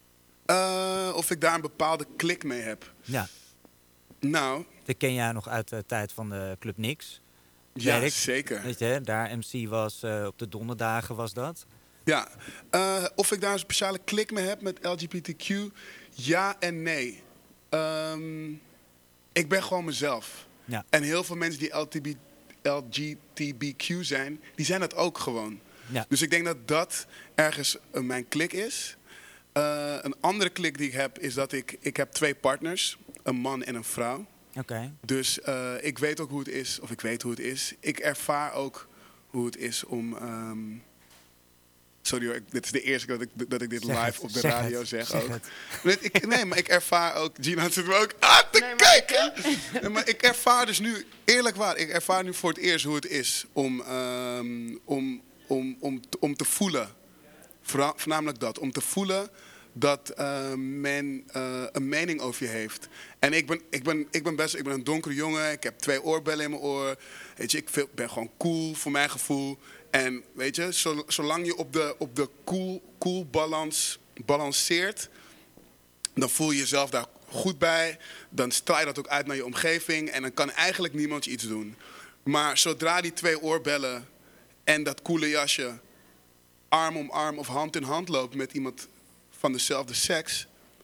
Uh, of ik daar een bepaalde klik mee heb? Ja. Nou... Dat ken jij nog uit de tijd van de Club Nix. Ja, ik, zeker. Weet je, daar M C was, uh, op de donderdagen was dat. Ja, uh, of ik daar een speciale klik mee heb met L G B T Q? Ja en nee. Um, ik ben gewoon mezelf. Ja. En heel veel mensen die L G B T Q zijn, die zijn dat ook gewoon. Ja. Dus ik denk dat dat ergens uh, mijn klik is. Uh, een andere klik die ik heb, is dat ik, ik heb twee partners. Een man en een vrouw. Okay. Dus uh, ik weet ook hoe het is, of ik weet hoe het is. Ik ervaar ook hoe het is om... Um... Sorry hoor, ik, dit is de eerste keer dat ik, dat ik dit zeg live het, op de zeg radio het, zeg, zeg ook. Het. Ik, nee, maar ik ervaar ook... Gina zit me ook aan te Nee, maar kijken! Nee, maar ik ervaar dus nu, eerlijk waar, ik ervaar nu voor het eerst hoe het is om, um, om, om, om, om te voelen. Vooral, voornamelijk dat, om te voelen... dat uh, men uh, een mening over je heeft. En ik ben, ik, ben, ik ben best ik ben een donkere jongen. Ik heb twee oorbellen in mijn oor. Weet je, ik veel, ben gewoon cool voor mijn gevoel. En weet je, zo, zolang je op de, op de cool, cool balans balanceert... dan voel je jezelf daar goed bij. Dan straal je dat ook uit naar je omgeving. En dan kan eigenlijk niemand je iets doen. Maar zodra die twee oorbellen en dat coole jasje... arm om arm of hand in hand loopt met iemand... van dezelfde seks,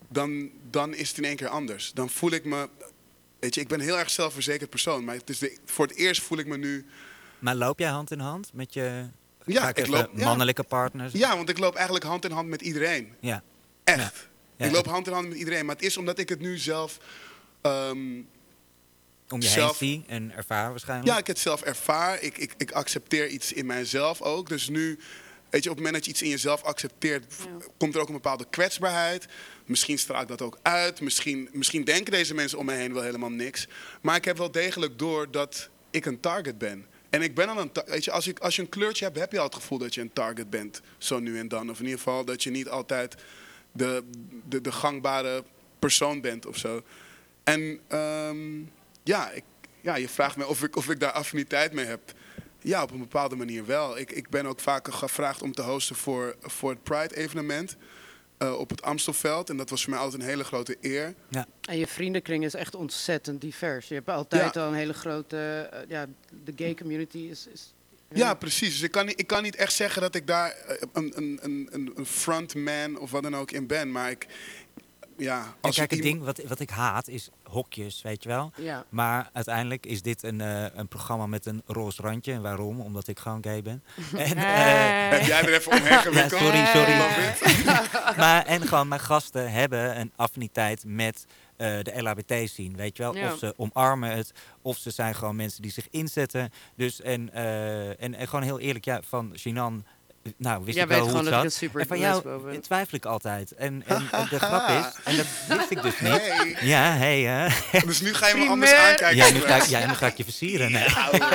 dan, dan is het in één keer anders. Dan voel ik me... Weet je, ik ben een heel erg zelfverzekerd persoon. Maar het is de, voor het eerst voel ik me nu... Maar loop jij hand in hand met je Ja, ga ik ik even loop- ja. mannelijke partners? Ja, want ik loop eigenlijk hand in hand met iedereen. Ja. Echt. Ja. Ik loop hand in hand met iedereen. Maar het is omdat ik het nu zelf... ehm, Om je zelf- heen zie en ervaar waarschijnlijk. Ja, ik het zelf ervaar. Ik, ik, ik accepteer iets in mijzelf ook. Dus nu, weet je, op het moment dat je iets in jezelf accepteert, v- Ja. komt er ook een bepaalde kwetsbaarheid. Misschien straal ik dat ook uit. Misschien, misschien denken deze mensen om me heen wel helemaal niks. Maar ik heb wel degelijk door dat ik een target ben. En ik ben al een... ta- Weet je, als, ik, als je een kleurtje hebt, heb je al het gevoel dat je een target bent. Zo nu en dan. Of in ieder geval dat je niet altijd de, de, de gangbare persoon bent of zo. En ehm, ja, ik, ja, je vraagt me of ik, of ik daar affiniteit mee heb. Ja, op een bepaalde manier wel. Ik, ik ben ook vaker gevraagd om te hosten voor, voor het Pride-evenement uh, op het Amstelveld. En dat was voor mij altijd een hele grote eer. En je vriendenkring is echt ontzettend divers. Je hebt altijd Ja. al een hele grote... uh, ja, de gay community is... is Ja, precies. Dus ik kan, niet, ik kan niet echt zeggen dat ik daar uh, een, een, een, een frontman of wat dan ook in ben. Maar ik... Ja, En als kijk, ik het iemand- ding wat, wat ik haat is hokjes, weet je wel. Ja. Maar uiteindelijk is dit een, eh, een programma met een roze randje. En waarom? Omdat ik gewoon gay ben. En, eh, Heb jij er even omheen ja, gewikkeld? sorry, sorry. Love it. maar, en gewoon mijn gasten hebben een affiniteit met eh, de L H B T-scene, weet je wel. Ja. Of ze omarmen het, of ze zijn gewoon mensen die zich inzetten. Dus, en, eh, en, en gewoon heel eerlijk, ja, van Jinan... Nou, wist Jij ik wel weet hoe gewoon het dat ik zat. een super En van jou lesbo ben. twijfel ik altijd. En, en, en de grap is, en dat wist ik dus niet. Hey. Ja, hey, hè. Dus nu ga je me Primeur. anders aankijken. Ja, nu ga ik, ja, nu ga ik je versieren. Nee,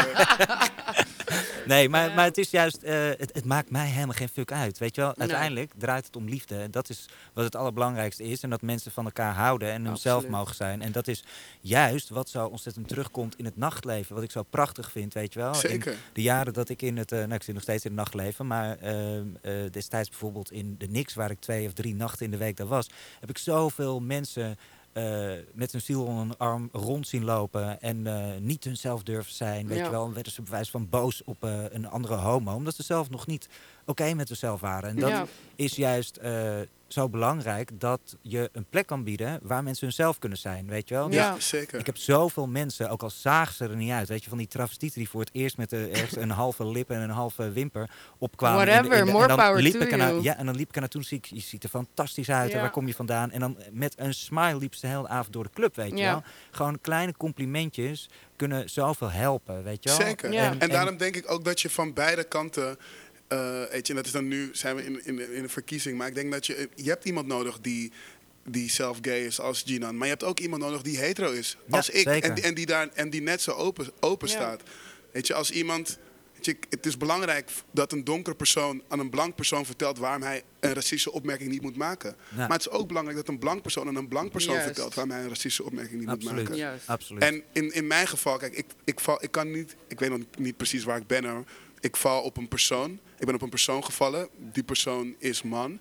nee maar, maar het is juist, eh, het, het maakt mij helemaal geen fuck uit. Weet je wel, Nee. uiteindelijk draait het om liefde. En dat is wat het allerbelangrijkste is. En dat mensen van elkaar houden en hunzelf Absoluut. mogen zijn. En dat is juist wat zo ontzettend terugkomt in het nachtleven. Wat ik zo prachtig vind, weet je wel. Zeker. In de jaren dat ik in het, uh, nou ik zit nog steeds in het nachtleven. Maar uh, uh, destijds bijvoorbeeld in de Nix, waar ik twee of drie nachten in de week daar was. Heb ik zoveel mensen... Uh, met hun ziel onder een arm rond zien lopen en uh, niet hunzelf durven zijn. Weet Ja. je wel, en werden ze bewijs van boos op uh, een andere homo, omdat ze zelf nog niet oké okay met zichzelf waren. En dat Ja. is juist uh, zo belangrijk dat je een plek kan bieden waar mensen hunzelf kunnen zijn, weet je wel. Dus Ja, zeker. ik heb zoveel mensen, ook al zagen ze er niet uit, weet je, van die travestieten die voor het eerst met uh, ergens een halve lip en een halve wimper opkwamen. Whatever, in de, in de, more en dan power liep to ik ernaar, you. ja, en dan liep ik ernaar toe, zie ik, je ziet er fantastisch uit, Ja. en waar kom je vandaan? En dan met een smile liep ze de hele avond door de club, weet je Ja. wel. Gewoon kleine complimentjes kunnen zoveel helpen, weet je wel. Zeker. Ja. En, daarom denk ik ook dat je van beide kanten... Uh, weet je, en dat is dan nu, zijn we in, in, in een verkiezing. Maar ik denk dat je... Je hebt iemand nodig die, die zelf gay is als Jinan. Maar je hebt ook iemand nodig die hetero is Ja, als ik. zeker. En, die- en, die daar, en die net zo open, open Ja. staat. Weet je, als iemand... Weet je, het is belangrijk dat een donkere persoon aan een blank persoon vertelt waarom hij een racistische opmerking niet moet maken. Ja. Maar het is ook belangrijk dat een blank persoon aan een blank persoon Juist. vertelt waarom hij een racistische opmerking niet moet Absoluut. maken. Juist. Absoluut. En in, in mijn geval, kijk, ik, ik, val, ik kan niet, ik weet nog niet precies waar ik ben. Hoor. Ik val op een persoon. Ik ben op een persoon gevallen. Die persoon is man.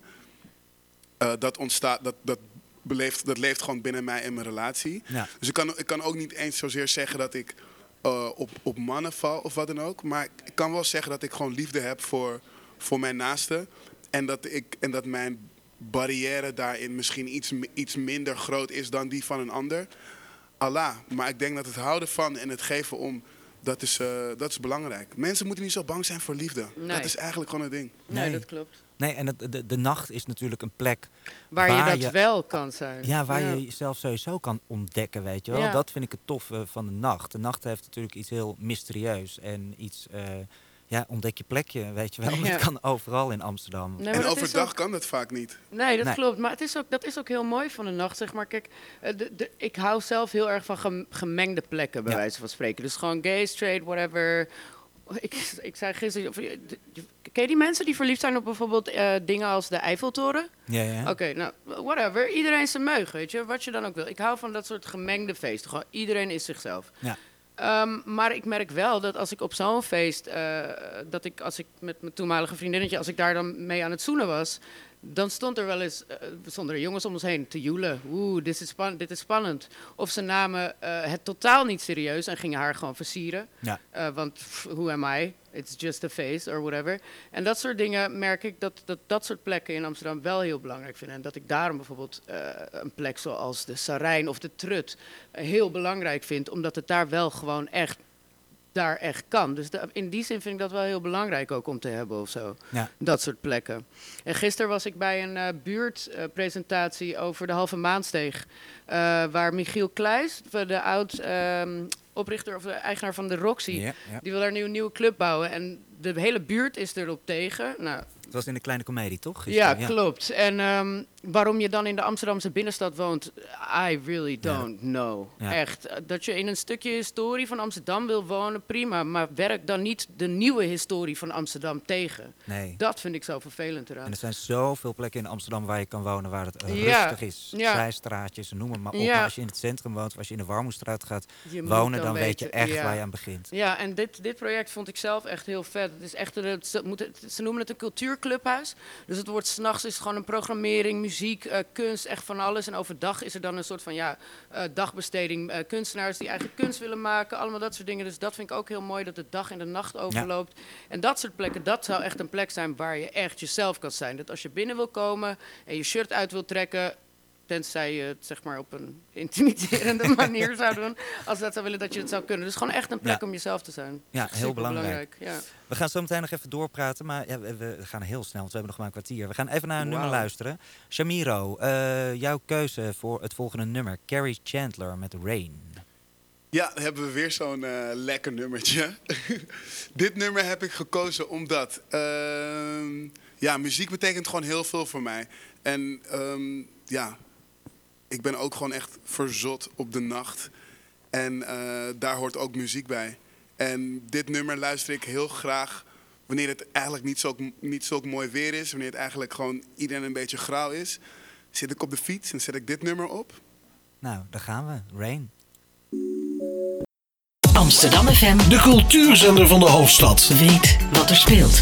Uh, dat ontstaat, dat, dat, beleeft, dat leeft gewoon binnen mij en mijn relatie. Ja. Dus ik kan, ik kan ook niet eens zozeer zeggen dat ik uh, op, op mannen val of wat dan ook. Maar ik kan wel zeggen dat ik gewoon liefde heb voor, voor mijn naaste. En dat, ik, en dat mijn barrière daarin misschien iets, iets minder groot is dan die van een ander. Allah. Maar ik denk dat het houden van en het geven om, dat is, uh, dat is belangrijk. Mensen moeten niet zo bang zijn voor liefde. Nee. Dat is eigenlijk gewoon het ding. Nee, Nee. dat klopt. Nee, en het, de, de nacht is natuurlijk een plek Waar, Waar je dat je- wel kan zijn. ja, waar je jezelf sowieso kan ontdekken, weet je wel. Ja. Dat vind ik het toffe van de nacht. De nacht heeft natuurlijk iets heel mysterieus en iets, uh, ja, ontdek je plekje, weet je wel. Ja. Dat kan overal in Amsterdam. Nee, maar En dat is overdag ook- kan dat vaak niet. Nee, dat Nee. klopt. Maar het is ook, dat is ook heel mooi van de nacht. Zeg maar, kijk, eh, de, de, ik hou zelf heel erg van gem- gemengde plekken, bij Ja. wijze van spreken. Dus gewoon gay, straight, whatever. Ik, ik zei gisteren, of, je- de- je- ken je die mensen die verliefd zijn op bijvoorbeeld eh, dingen als de Eiffeltoren? Ja, ja. Oké, nou, whatever. Iedereen zijn meug, weet je. Wat je dan ook wil. Ik hou van dat soort gemengde feesten. Gewoon iedereen is zichzelf. Ja. Ehm, maar ik merk wel dat als ik op zo'n feest, eh, dat ik als ik met mijn toenmalige vriendinnetje, als ik daar dan mee aan het zoenen was, dan stond er wel eens, uh, stonden er jongens om ons heen te joelen. Oeh, dit is, span- dit is spannend. Of ze namen uh, het totaal niet serieus en gingen haar gewoon versieren. Ja. Uh, want pff, who am I? It's just a face or whatever. En dat soort dingen merk ik dat, dat dat soort plekken in Amsterdam wel heel belangrijk vind. En dat ik daarom bijvoorbeeld uh, een plek zoals de Sarijn of de Trut uh, heel belangrijk vind. Omdat het daar wel gewoon echt... daar echt kan. Dus da- in die zin vind ik dat wel heel belangrijk ook om te hebben of zo. Ja. Dat soort plekken. En gisteren was ik bij een uh, buurtpresentatie uh, over de Halve Maansteeg. Uh, waar Michiel Kleijs, de oud um, oprichter of de eigenaar van de Roxy, Ja, ja. die wil daar nu een nieuwe club bouwen. En de hele buurt is erop tegen. Nou, Het was in de Kleine Comedie, toch? ja, Gisteren? klopt. En um, waarom je dan in de Amsterdamse binnenstad woont, I really don't Ja. know. Ja. Echt. Dat je in een stukje historie van Amsterdam wil wonen, prima. Maar werk dan niet de nieuwe historie van Amsterdam tegen. Nee. Dat vind ik zo vervelend eraan. En er zijn zoveel plekken in Amsterdam waar je kan wonen waar het uh, Ja, rustig is. ja. Zijstraatjes, noem het maar op. Ja. Maar als je in het centrum woont, of als je in de Warmoestraat gaat Je moet wonen, dan dan weet je weten, echt ja. waar je aan begint. Ja, en dit, dit project vond ik zelf echt heel vet. Het is echt, een- ze, moeten, ze noemen het een cultuurclubhuis. Dus het wordt 's nachts is gewoon een programmering, muziek, uh, kunst, echt van alles. En overdag is er dan een soort van ja, uh, dagbesteding. Uh, kunstenaars die eigen kunst willen maken, allemaal dat soort dingen. Dus dat vind ik ook heel mooi, dat de dag en de nacht overloopt. En dat soort plekken, dat zou echt een plek zijn waar je echt jezelf kan zijn. Dat als je binnen wil komen en je shirt uit wil trekken, tenzij je het zeg maar op een intimiderende manier zou doen, als dat zou willen dat je het zou kunnen. Dus gewoon echt een plek Ja. om jezelf te zijn. Ja, heel Superbelangrijk, belangrijk. Ja. We gaan zo meteen nog even doorpraten, maar ja, we, we gaan heel snel, want we hebben nog maar een kwartier. We gaan even naar een Wauw. nummer luisteren. Shamiro, uh, jouw keuze voor het volgende nummer. Carrie Chandler met Rain. Ja, dan hebben we weer zo'n uh, lekker nummertje. Dit nummer heb ik gekozen omdat... Uh, ja, muziek betekent gewoon heel veel voor mij. En um, ja, ik ben ook gewoon echt verzot op de nacht. En uh, daar hoort ook muziek bij. En dit nummer luister ik heel graag wanneer het eigenlijk niet zo, niet zo mooi weer is. Wanneer het eigenlijk gewoon iedereen een beetje grauw is. Zit ik op de fiets en zet ik dit nummer op. Nou, daar gaan we. Rain. Amsterdam F M De cultuurzender van de hoofdstad. weet wat er speelt.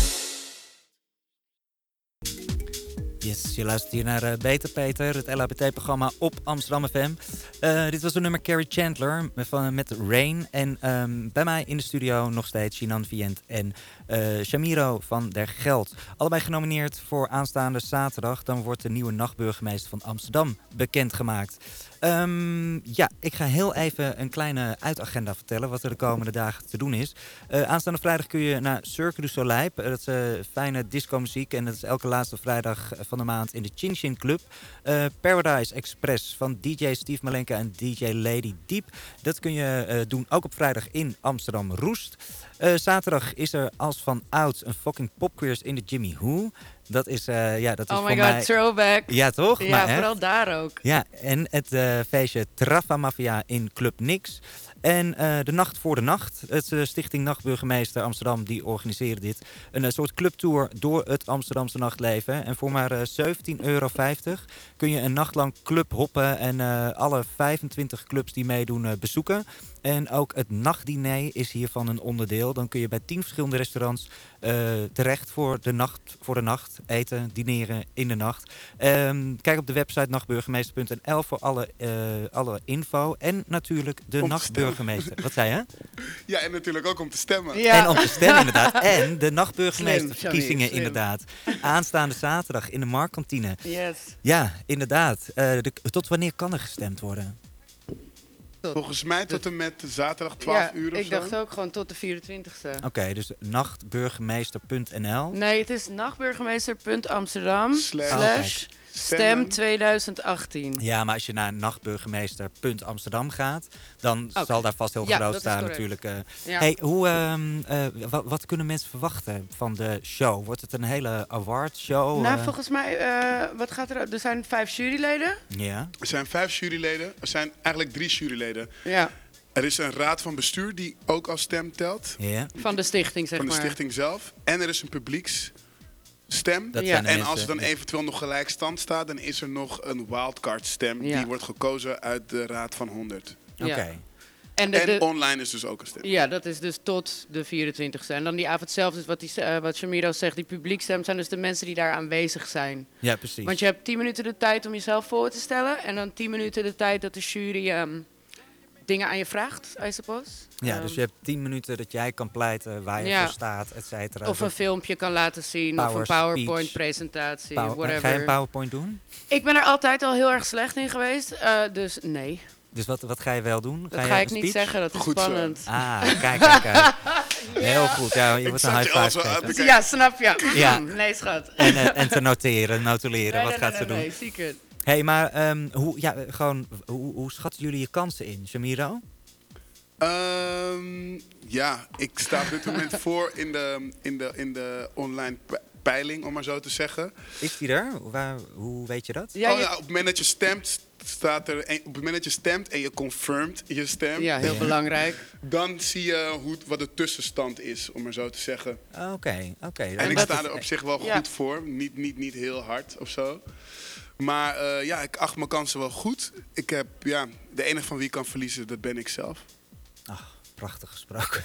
Yes, je luistert hier naar uh, Beter Peter, het L H B T-programma op Amsterdam F M. Uh, dit was een nummer Carrie Chandler met, van, met Rain. En um, bij mij in de studio nog steeds Shinan Vient en uh, Shamiro van der Geld. Allebei genomineerd voor aanstaande zaterdag. Dan wordt de nieuwe nachtburgemeester van Amsterdam bekendgemaakt. Um, ja, ik ga heel even een kleine uitagenda vertellen wat er de komende dagen te doen is. Uh, aanstaande vrijdag kun je naar Cirque du Soleil. Dat is uh, fijne disco-muziek en dat is elke laatste vrijdag van de maand in de Chin Chin Club. Uh, Paradise Express van D J Steve Malenka en D J Lady Deep. Dat kun je uh, doen ook op vrijdag in Amsterdam Roest. Uh, zaterdag is er als van oud een fucking popquiz in de Jimmy Who. Dat is, uh, ja, dat is Oh voor my god, mij... throwback. Ja, toch? Ja, Maar, hè? vooral daar ook. Ja, en het uh, feestje Traffa Mafia in Club Nix. En uh, de Nacht voor de Nacht. Het uh, Stichting Nachtburgemeester Amsterdam, die organiseren dit. Een uh, soort clubtour door het Amsterdamse nachtleven. En voor maar uh, zeventien euro vijftig kun je een nacht lang club hoppen en uh, alle vijfentwintig clubs die meedoen uh, bezoeken. En ook het nachtdiner is hiervan een onderdeel. Dan kun je bij tien verschillende restaurants uh, terecht voor de, nacht, voor de nacht. Eten, dineren in de nacht. Um, kijk op de website nachtburgemeester punt n l voor alle, uh, alle info. En natuurlijk de Om nachtburgemeester. Wat zei je? Ja, en natuurlijk ook om te stemmen. Ja. En om te stemmen inderdaad. En de nachtburgemeesterverkiezingen Slim, slim. inderdaad. Aanstaande zaterdag in de Marktkantine. Yes. Ja, inderdaad. Uh, de, tot wanneer kan er gestemd worden? Volgens mij tot en met zaterdag twaalf Ja, uur of ik zo. dacht ook gewoon tot de vierentwintigste. Oké, okay, dus nachtburgemeester punt n l. Nee, het is nachtburgemeester punt amsterdam Slash. slash stem Stemmen. twintig achttien. Ja, maar als je naar nachtburgemeester punt amsterdam gaat, dan Okay. zal daar vast heel Ja, groot dat is staan correct. natuurlijk. Uh. Ja. Hey, hoe, um, uh, wat, wat kunnen mensen verwachten van de show? Wordt het een hele awardshow? Nou, uh? volgens mij, uh, wat gaat er? Er zijn vijf juryleden. Ja. Er zijn vijf juryleden. Er zijn eigenlijk drie juryleden. Ja, Er is een raad van bestuur die ook als stem telt. Ja. van de stichting, zeg Van de maar. stichting zelf. En er is een publieksstem. Dat Ja. zijn de En mensen, als er dan ja. eventueel nog gelijkstand staat, dan is er nog een wildcard stem. Ja. Die wordt gekozen uit de raad van honderd. Oké. Ja. En, de, En de- online is dus ook een stem. ja, dat is dus tot de vierentwintigste. En dan die avond zelf, dus wat, die, eh, wat Shamiro zegt, die publiekstem zijn dus de mensen die daar aanwezig zijn. Ja, precies. Want je hebt tien minuten de tijd om jezelf voor te stellen. En dan tien minuten de tijd dat de jury ehm, dingen aan je vraagt, I suppose. Ja, Ehm, dus je hebt tien minuten dat jij kan pleiten waar je Ja. voor staat, et cetera. Of een Dat- filmpje kan laten zien, Power of een speech. PowerPoint-presentatie, power- whatever. Ga je een PowerPoint doen? Ik ben er altijd al heel erg slecht in geweest, eh, dus nee. Dus wat, wat ga je wel doen? Dat je ga ik een niet speech? zeggen, dat is Goed zo. spannend. Ah, kijk, kijk, kijk. Heel goed. Ja, je Ik wordt een zat high je al five zo aan te geven. kijken. Ja, snap je? Ja. Nee, schat. En, eh, en te noteren, notuleren. Nee, wat nee, gaat nee, ze nee, doen? nee, secret. Hey, maar ehm, hoe, ja, gewoon, hoe, hoe schatten jullie je kansen in, Shamiro? Ehm, ja, ik sta op dit moment voor in de, in de, in de online pe- peiling, om maar zo te zeggen. Is die er? Waar, hoe weet je dat? Ja, oh, je- ja, op het moment dat je stemt, staat er, en- op het moment dat je stemt en je confirmt je stem, ja, heel Ja. belangrijk. dan zie je hoe, het- wat de tussenstand is, om maar zo te zeggen. Oké, oké. En ik dat sta is- er op zich wel ja. goed voor, niet, niet, niet heel hard of zo. Maar eh, ja, ik acht mijn kansen wel goed. Ik heb, ja, de enige van wie ik kan verliezen, dat ben ik zelf. Ach, prachtig gesproken.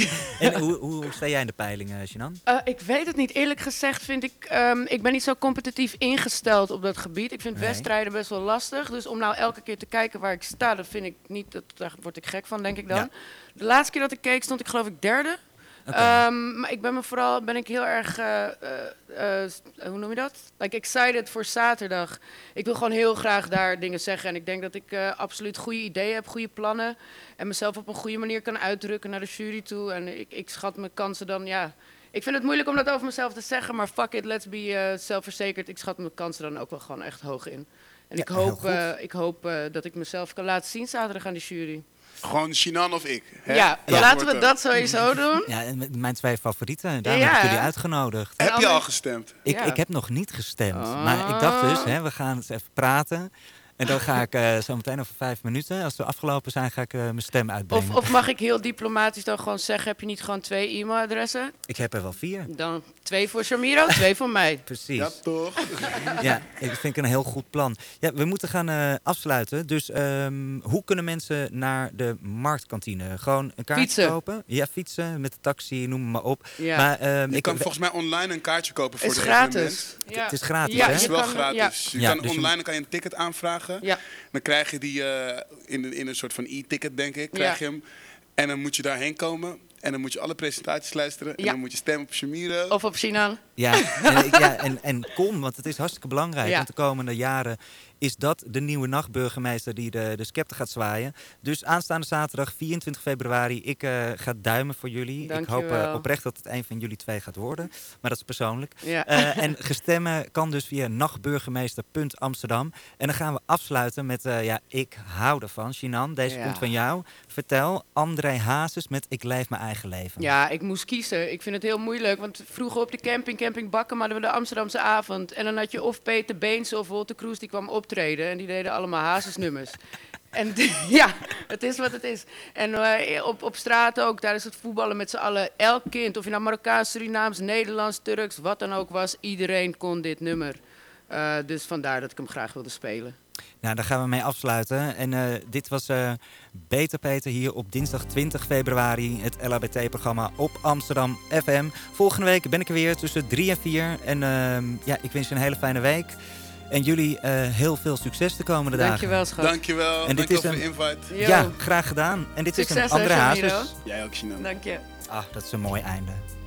En hoe, hoe sta jij in de peilingen, Jenan? Eh, ik weet het niet. Eerlijk gezegd vind ik... ehm, ik ben niet zo competitief ingesteld op dat gebied. Ik vind Nee. wedstrijden best wel lastig. Dus om nou elke keer te kijken waar ik sta, dat vind ik niet... Dat, daar word ik gek van, denk ik dan. Ja. De laatste keer dat ik keek, stond ik geloof ik derde. Oké. Ehm, maar ik ben me vooral... Ben ik heel erg... eh, eh, eh, hoe noem je dat? Like excited voor zaterdag. Ik wil gewoon heel graag daar dingen zeggen. En ik denk dat ik eh, absoluut goede ideeën heb, goede plannen. En mezelf op een goede manier kan uitdrukken naar de jury toe. En ik, ik schat mijn kansen dan, ja... Ik vind het moeilijk om dat over mezelf te zeggen, maar fuck it, let's be uh, zelfverzekerd. Ik schat mijn kansen dan ook wel gewoon echt hoog in. En Ja, ik heel hoop, goed. uh, ik hoop uh, dat ik mezelf kan laten zien zaterdag aan de jury. Gewoon Shinan of ik. Hè? Ja, Dat laten wordt we hem. dat sowieso doen. Ja, en met mijn twee favorieten. Daarom Ja. heb ik jullie uitgenodigd. Heb je Ander- al gestemd? Ik, Ja. ik heb nog niet gestemd. Oh. Maar ik dacht dus, hè, we gaan eens even praten. En dan ga ik uh, zo meteen over vijf minuten, als we afgelopen zijn, ga ik uh, mijn stem uitbrengen. Of, of mag ik heel diplomatisch dan gewoon zeggen, heb je niet gewoon twee e-mailadressen? Ik heb er wel vier. Dan twee voor Shamiro, twee voor mij. Precies. Ja, toch? Ja, ik vind het een heel goed plan. Ja, we moeten gaan uh, afsluiten. Dus um, hoe kunnen mensen naar de marktkantine? Gewoon een kaartje Fietsen. kopen? Ja, fietsen, met de taxi, noem maar op. Ja. Maar, um, Je ik, kan volgens mij online een kaartje kopen voor Het is dit evenement. gratis. Ja. Het is gratis, Ja, hè? Het is je wel kan- gratis. ja. Je Ja, kan dus je- online kan je een ticket aanvragen. Ja. Dan krijg je die uh, in, in een soort van e-ticket, denk ik. Krijg Ja. je hem. En dan moet je daarheen komen. En dan moet je alle presentaties luisteren. En Ja. dan moet je stemmen op Shamiro. Of op Sinan. Ja, en, ik- ja en, en kom, want het is hartstikke belangrijk. Ja. Want de komende jaren is dat de nieuwe nachtburgemeester die de, de scepter gaat zwaaien. Dus aanstaande zaterdag, vierentwintig februari, ik uh, ga duimen voor jullie. Dank ik je hoop uh, wel. oprecht dat het een van jullie twee gaat worden. Maar dat is persoonlijk. Ja. Uh, en gestemmen kan dus via nachtburgemeester punt amsterdam. En dan gaan we afsluiten met, uh, ja, ik hou ervan. Shinan, deze Ja. komt van jou. Vertel, André Hazes met Ik leef mijn eigen leven. Ja, ik moest kiezen. Ik vind het heel moeilijk, want vroeger op de camping, camping Bakken, hadden we de Amsterdamse avond. En dan had je of Peter Beens of Wolter Kroes, die kwam optreden. En die deden allemaal Hazesnummers. En ja, het is wat het is. En uh, op, op straat ook, tijdens het voetballen met z'n allen. Elk kind, of je nou Marokkaans, Surinaams, Nederlands, Turks, wat dan ook was. Iedereen kon dit nummer. Uh, dus vandaar dat ik hem graag wilde spelen. Nou, daar gaan we mee afsluiten. En uh, dit was uh, Beter Peter hier op dinsdag twintig februari. Het L H B T-programma op Amsterdam F M. Volgende week ben ik er weer tussen drie en vier. En uh, ja, ik wens je een hele fijne week. En jullie uh, heel veel succes de komende dagen. Dankjewel, schat. Dankjewel. En dit Dankjewel is voor de invite. Yo. Ja, graag gedaan. En dit Succes, is een André hè, Hazes. Shamiro. Jij ook, Shinan. Dank je. Ach, dat is een mooi einde.